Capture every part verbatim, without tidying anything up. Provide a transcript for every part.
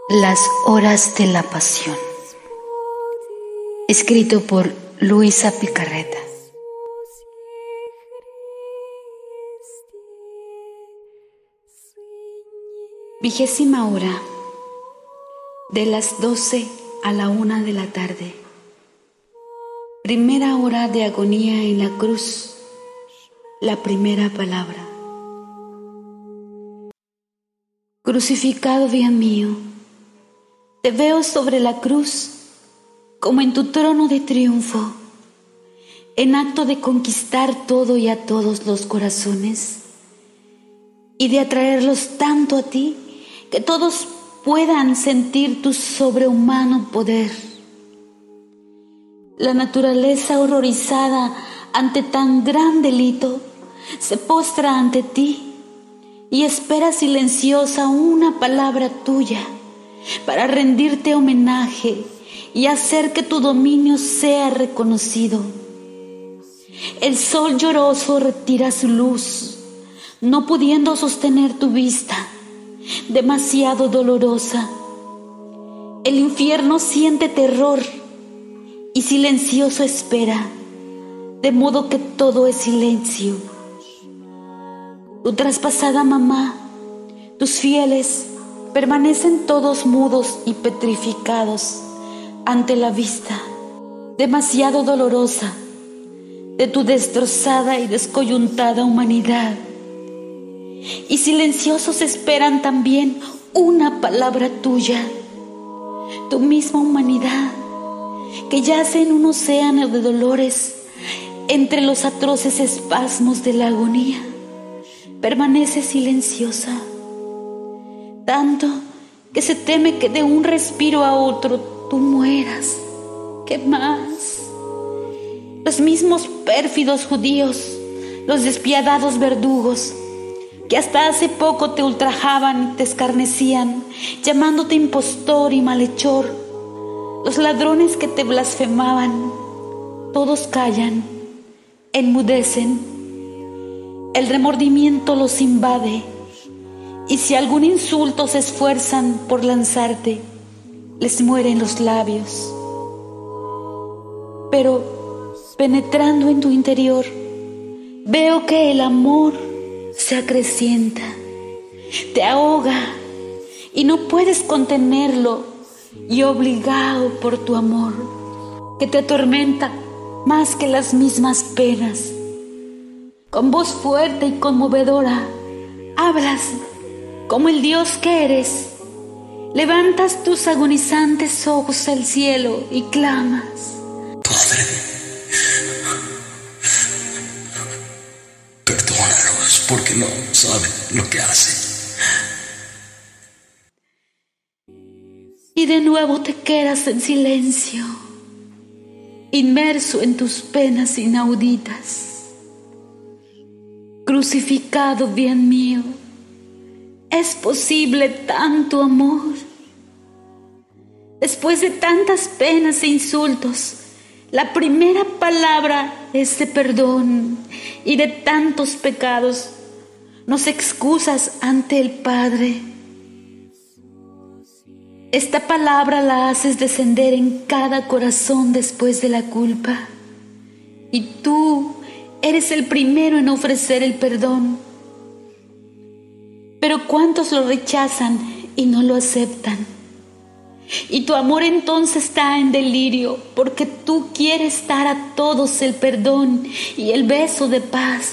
Las horas de la pasión, escrito por Luisa Picarreta. Vigésima hora, de las doce a la una de la tarde. Primera hora de agonía en la cruz, la primera palabra. Crucificado bien mío, te veo sobre la cruz como en tu trono de triunfo, en acto de conquistar todo y a todos los corazones y de atraerlos tanto a ti que todos puedan sentir tu sobrehumano poder. La naturaleza horrorizada ante tan gran delito se postra ante ti y espera silenciosa una palabra tuya para rendirte homenaje y hacer que tu dominio sea reconocido. El sol lloroso retira su luz, no pudiendo sostener tu vista, demasiado dolorosa. El infierno siente terror y silencioso espera, de modo que todo es silencio. Tu traspasada mamá, tus fieles, permanecen todos mudos y petrificados ante la vista, demasiado dolorosa, de tu destrozada y descoyuntada humanidad. Y silenciosos esperan también una palabra tuya, tu misma humanidad, que yace en un océano de dolores entre los atroces espasmos de la agonía. Permanece silenciosa, tanto que se teme que de un respiro a otro tú mueras. ¿Qué más? Los mismos pérfidos judíos, los despiadados verdugos, que hasta hace poco te ultrajaban y te escarnecían, llamándote impostor y malhechor, los ladrones que te blasfemaban, todos callan, enmudecen. El remordimiento los invade, y si algún insulto se esfuerzan por lanzarte, les mueren los labios. Pero, penetrando en tu interior, veo que el amor se acrecienta, te ahoga, y no puedes contenerlo, y obligado por tu amor, que te atormenta más que las mismas penas. Con voz fuerte y conmovedora, hablas como el Dios que eres. Levantas tus agonizantes ojos al cielo y clamas: Padre, perdónalos porque no saben lo que hacen. Y de nuevo te quedas en silencio, inmerso en tus penas inauditas. Crucificado bien mío, ¿es posible tanto amor? Después de tantas penas e insultos, la primera palabra es de perdón, y de tantos pecados nos excusas ante el Padre. Esta palabra la haces descender en cada corazón después de la culpa, y tú eres el primero en ofrecer el perdón. Pero ¿cuántos lo rechazan y no lo aceptan? Y tu amor entonces está en delirio, porque tú quieres dar a todos el perdón y el beso de paz.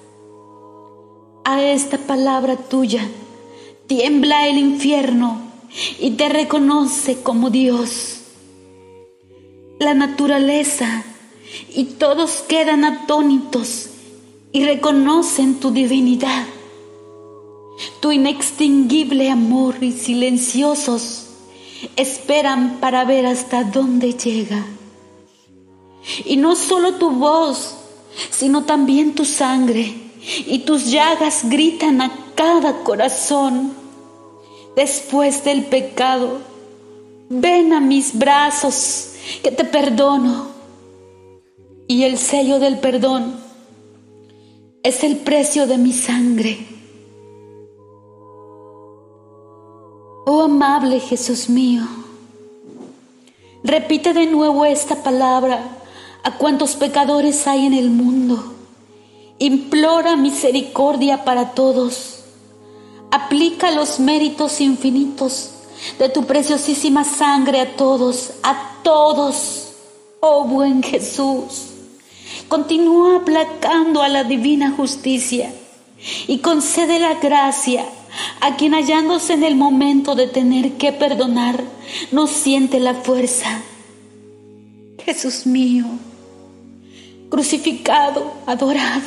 A esta palabra tuya tiembla el infierno y te reconoce como Dios. La naturaleza y todos quedan atónitos y reconocen tu divinidad, tu inextinguible amor, y silenciosos esperan para ver hasta dónde llega. Y no solo tu voz, sino también tu sangre y tus llagas gritan a cada corazón: después del pecado, ven a mis brazos que te perdono. Y el sello del perdón es el precio de mi sangre. Oh amable Jesús mío, repite de nuevo esta palabra a cuantos pecadores hay en el mundo. Implora misericordia para todos. Aplica los méritos infinitos de tu preciosísima sangre a todos, a todos, oh buen Jesús. Continúa aplacando a la divina justicia y concede la gracia a quien, hallándose en el momento de tener que perdonar, no siente la fuerza. Jesús mío, crucificado, adorado,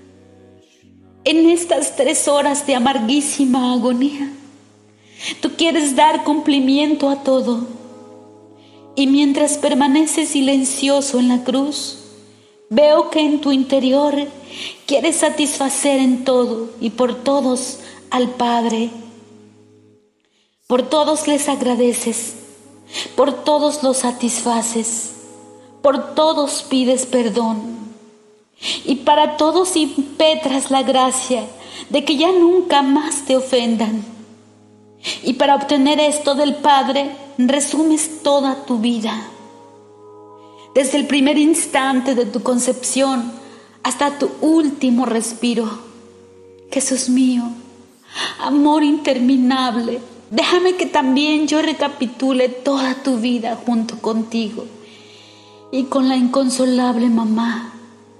en estas tres horas de amarguísima agonía, tú quieres dar cumplimiento a todo, y mientras permaneces silencioso en la cruz, veo que en tu interior quieres satisfacer en todo y por todos al Padre. Por todos les agradeces, por todos los satisfaces, por todos pides perdón, y para todos impetras la gracia de que ya nunca más te ofendan. Y para obtener esto del Padre, resumes toda tu vida, desde el primer instante de tu concepción hasta tu último respiro. Jesús mío, amor interminable, déjame que también yo recapitule toda tu vida junto contigo y con la inconsolable mamá.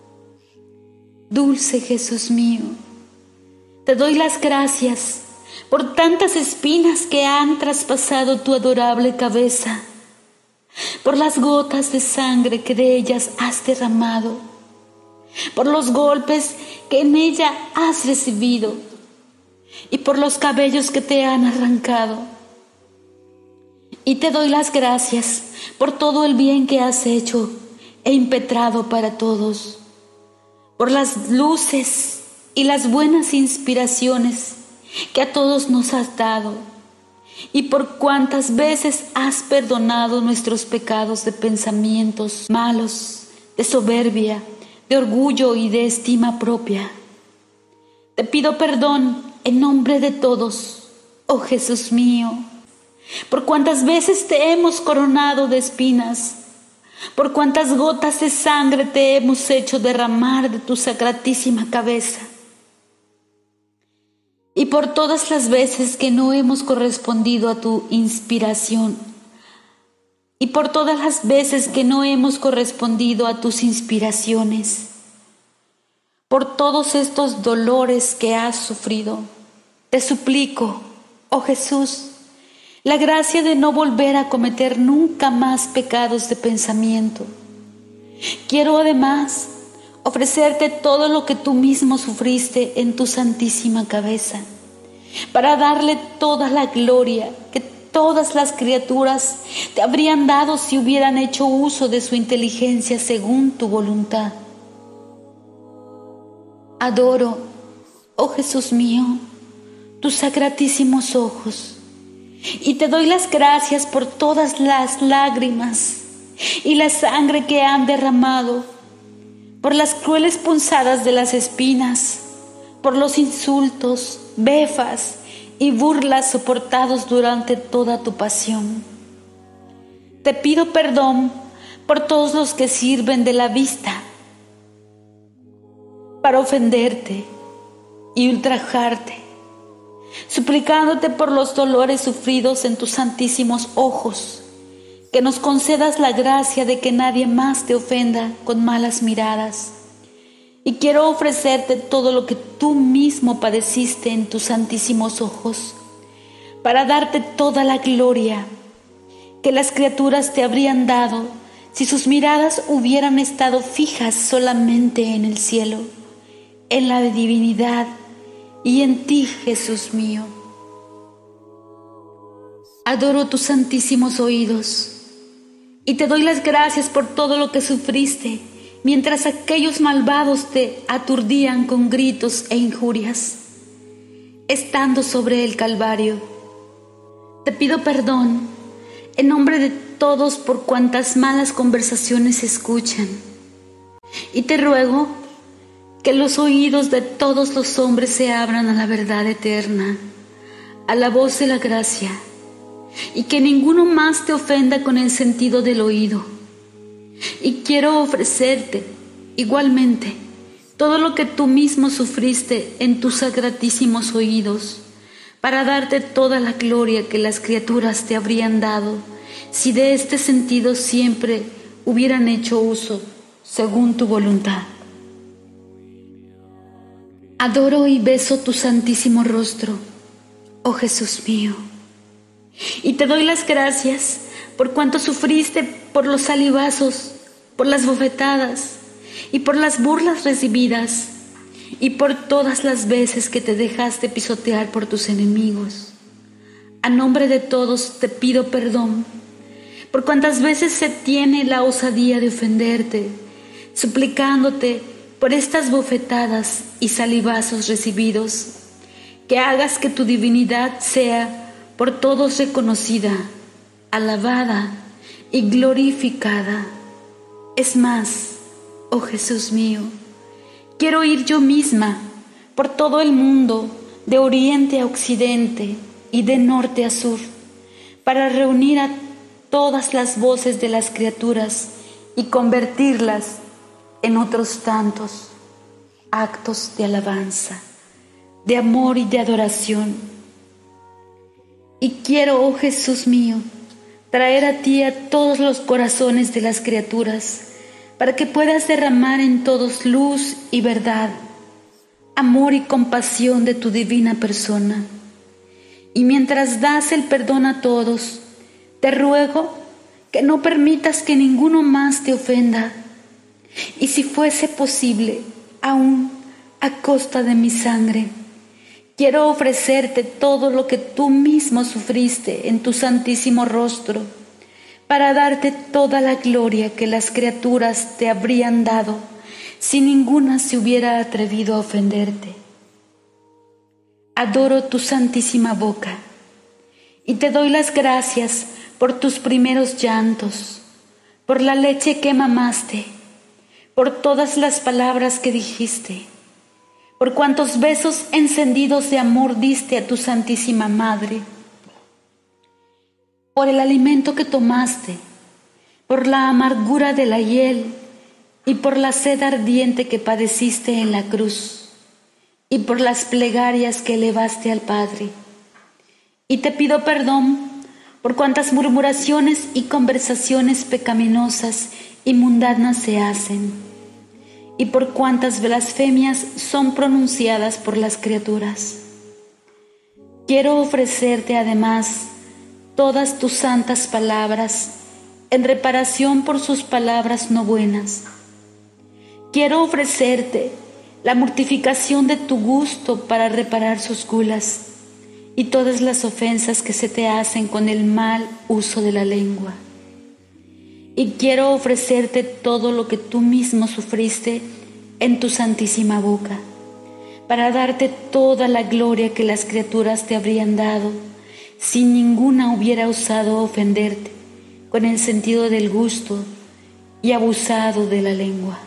Dulce Jesús mío, te doy las gracias por tantas espinas que han traspasado tu adorable cabeza, por las gotas de sangre que de ellas has derramado, por los golpes que en ella has recibido y por los cabellos que te han arrancado. Y te doy las gracias por todo el bien que has hecho e impetrado para todos, por las luces y las buenas inspiraciones que a todos nos has dado, y por cuantas veces has perdonado nuestros pecados de pensamientos malos, de soberbia, de orgullo y de estima propia. Te pido perdón en nombre de todos, oh Jesús mío, por cuantas veces te hemos coronado de espinas, por cuantas gotas de sangre te hemos hecho derramar de tu sacratísima cabeza, y por todas las veces que no hemos correspondido a tu inspiración, y por todas las veces que no hemos correspondido a tus inspiraciones, por todos estos dolores que has sufrido, te suplico, oh Jesús, la gracia de no volver a cometer nunca más pecados de pensamiento. Quiero además ofrecerte todo lo que tú mismo sufriste en tu santísima cabeza, para darle toda la gloria que todas las criaturas te habrían dado si hubieran hecho uso de su inteligencia según tu voluntad. Adoro, oh Jesús mío, tus sacratísimos ojos, y te doy las gracias por todas las lágrimas y la sangre que han derramado, por las crueles punzadas de las espinas, por los insultos, befas y burlas soportados durante toda tu pasión. Te pido perdón por todos los que sirven de la vista para ofenderte y ultrajarte, suplicándote por los dolores sufridos en tus santísimos ojos, que nos concedas la gracia de que nadie más te ofenda con malas miradas. Y quiero ofrecerte todo lo que tú mismo padeciste en tus santísimos ojos, para darte toda la gloria que las criaturas te habrían dado si sus miradas hubieran estado fijas solamente en el cielo, en la divinidad y en ti, Jesús mío. Adoro tus santísimos oídos y te doy las gracias por todo lo que sufriste mientras aquellos malvados te aturdían con gritos e injurias, estando sobre el Calvario. Te pido perdón en nombre de todos por cuantas malas conversaciones se escuchan, y te ruego que los oídos de todos los hombres se abran a la verdad eterna, a la voz de la gracia y que ninguno más te ofenda con el sentido del oído. Y quiero ofrecerte, igualmente, todo lo que tú mismo sufriste en tus sagratísimos oídos, para darte toda la gloria que las criaturas te habrían dado, si de este sentido siempre hubieran hecho uso, según tu voluntad. Adoro y beso tu santísimo rostro, oh Jesús mío, y te doy las gracias por cuanto sufriste por los salivazos, por las bofetadas y por las burlas recibidas, y por todas las veces que te dejaste pisotear por tus enemigos. A nombre de todos te pido perdón por cuantas veces se tiene la osadía de ofenderte, suplicándote por estas bofetadas y salivazos recibidos, que hagas que tu divinidad sea por todos reconocida, alabada y glorificada. Es más, oh Jesús mío, quiero ir yo misma por todo el mundo, de oriente a occidente y de norte a sur, para reunir a todas las voces de las criaturas y convertirlas en otros tantos actos de alabanza, de amor y de adoración. Y quiero, oh Jesús mío, traer a ti a todos los corazones de las criaturas, para que puedas derramar en todos luz y verdad, amor y compasión de tu divina persona. Y mientras das el perdón a todos, te ruego que no permitas que ninguno más te ofenda, y si fuese posible, aún a costa de mi sangre, quiero ofrecerte todo lo que tú mismo sufriste en tu santísimo rostro, para darte toda la gloria que las criaturas te habrían dado si ninguna se hubiera atrevido a ofenderte. Adoro tu santísima boca y te doy las gracias por tus primeros llantos, por la leche que mamaste, por todas las palabras que dijiste, por cuantos besos encendidos de amor diste a tu santísima madre, por el alimento que tomaste, por la amargura de la hiel y por la sed ardiente que padeciste en la cruz, y por las plegarias que elevaste al Padre. Y te pido perdón por cuantas murmuraciones y conversaciones pecaminosas y mundanas se hacen, y por cuantas blasfemias son pronunciadas por las criaturas. Quiero ofrecerte además todas tus santas palabras en reparación por sus palabras no buenas. Quiero ofrecerte la mortificación de tu gusto para reparar sus gulas y todas las ofensas que se te hacen con el mal uso de la lengua. Y quiero ofrecerte todo lo que tú mismo sufriste en tu santísima boca, para darte toda la gloria que las criaturas te habrían dado si ninguna hubiera osado ofenderte con el sentido del gusto y abusado de la lengua.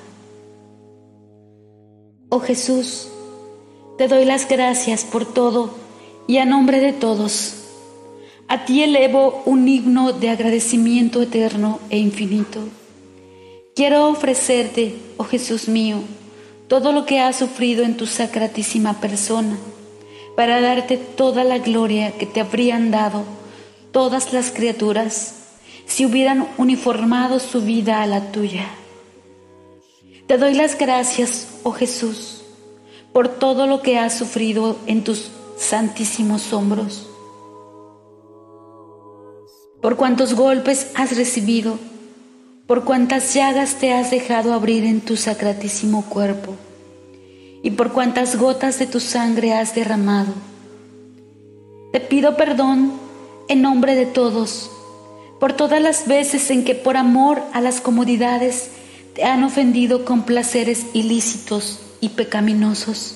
Oh Jesús, te doy las gracias por todo y a nombre de todos, a ti elevo un himno de agradecimiento eterno e infinito. Quiero ofrecerte, oh Jesús mío, todo lo que has sufrido en tu sacratísima persona, para darte toda la gloria que te habrían dado todas las criaturas si hubieran uniformado su vida a la tuya. Te doy las gracias, oh Jesús, por todo lo que has sufrido en tus santísimos hombros, por cuántos golpes has recibido, por cuántas llagas te has dejado abrir en tu sacratísimo cuerpo, y por cuántas gotas de tu sangre has derramado. Te pido perdón en nombre de todos, por todas las veces en que por amor a las comodidades te han ofendido con placeres ilícitos y pecaminosos.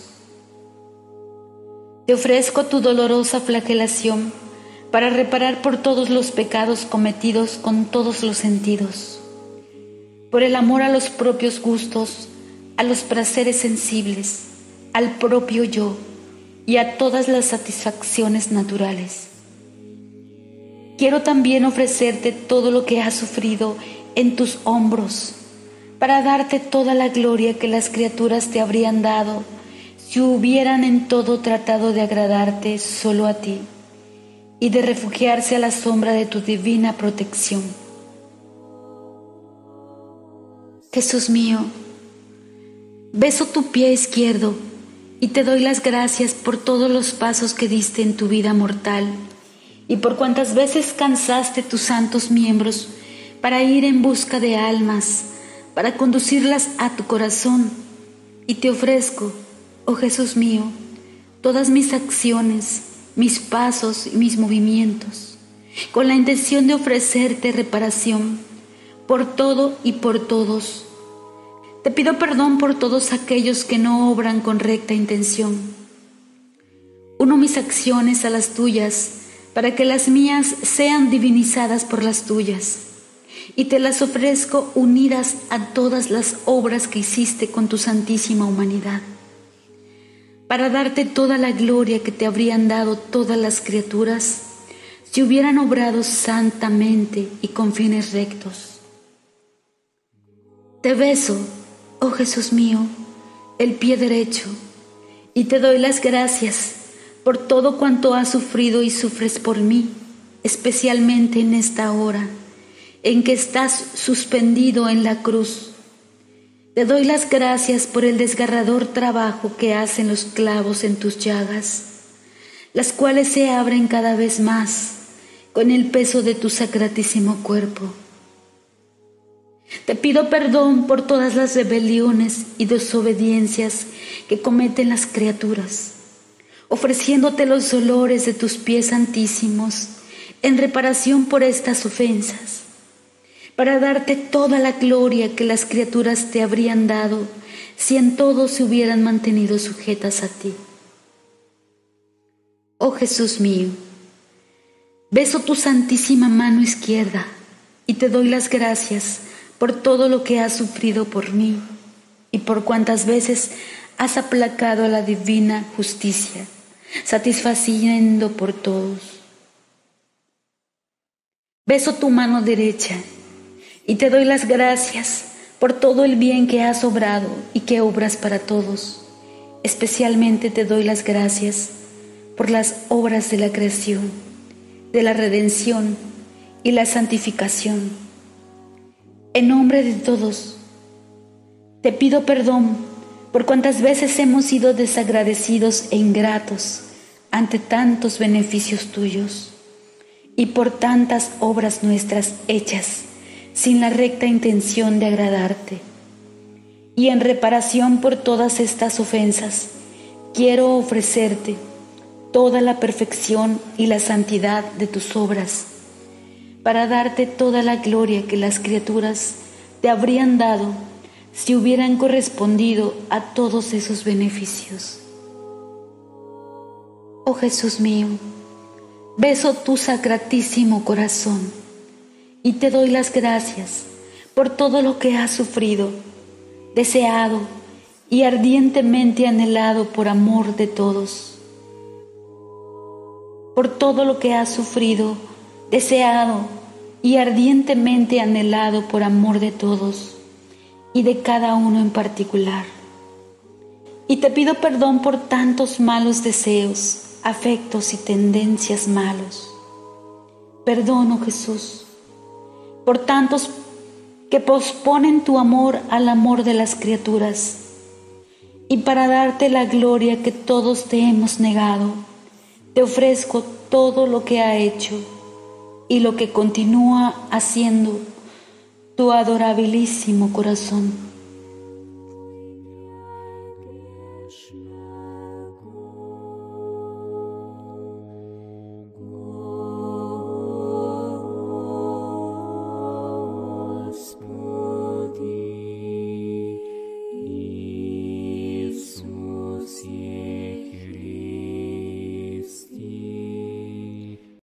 Te ofrezco tu dolorosa flagelación para reparar por todos los pecados cometidos con todos los sentidos, por el amor a los propios gustos, a los placeres sensibles, al propio yo y a todas las satisfacciones naturales. quiero también ofrecerte todo lo que has sufrido en tus hombros, para darte toda la gloria que las criaturas te habrían dado si hubieran en todo tratado de agradarte solo a ti y de refugiarse a la sombra de tu divina protección. Jesús mío, beso tu pie izquierdo y te doy las gracias por todos los pasos que diste en tu vida mortal y por cuantas veces cansaste tus santos miembros para ir en busca de almas, para conducirlas a tu corazón. Y te ofrezco, oh Jesús mío, todas mis acciones, mis pasos y mis movimientos, con la intención de ofrecerte reparación por todo y por todos. Te pido perdón por todos aquellos que no obran con recta intención. Uno mis acciones a las tuyas, para que las mías sean divinizadas por las tuyas, y te las ofrezco unidas a todas las obras que hiciste con tu santísima humanidad, para darte toda la gloria que te habrían dado todas las criaturas si hubieran obrado santamente y con fines rectos. Te beso, oh Jesús mío, el pie derecho, y te doy las gracias por todo cuanto has sufrido y sufres por mí, especialmente en esta hora en que estás suspendido en la cruz. Te doy las gracias por el desgarrador trabajo que hacen los clavos en tus llagas, las cuales se abren cada vez más con el peso de tu sacratísimo cuerpo. Te pido perdón por todas las rebeliones y desobediencias que cometen las criaturas, ofreciéndote los dolores de tus pies santísimos en reparación por estas ofensas, para darte toda la gloria que las criaturas te habrían dado si en todo se hubieran mantenido sujetas a ti. Oh Jesús mío, beso tu santísima mano izquierda y te doy las gracias por todo lo que has sufrido por mí y por cuantas veces has aplacado a la divina justicia, satisfaciendo por todos. Beso tu mano derecha y te doy las gracias por todo el bien que has obrado y que obras para todos. Especialmente te doy las gracias por las obras de la creación, de la redención y la santificación. En nombre de todos, te pido perdón por cuantas veces hemos sido desagradecidos e ingratos ante tantos beneficios tuyos y por tantas obras nuestras hechas sin la recta intención de agradarte. Y en reparación por todas estas ofensas, quiero ofrecerte toda la perfección y la santidad de tus obras, para darte toda la gloria que las criaturas te habrían dado si hubieran correspondido a todos esos beneficios. Oh Jesús mío, beso tu sacratísimo corazón y te doy las gracias por todo lo que has sufrido, deseado y ardientemente anhelado por amor de todos. Por todo lo que has sufrido, deseado y ardientemente anhelado por amor de todos y de cada uno en particular. Y te pido perdón por tantos malos deseos, afectos y tendencias malos. Perdón, oh Jesús, por tantos que posponen tu amor al amor de las criaturas, y para darte la gloria que todos te hemos negado, te ofrezco todo lo que ha hecho y lo que continúa haciendo tu adorabilísimo corazón.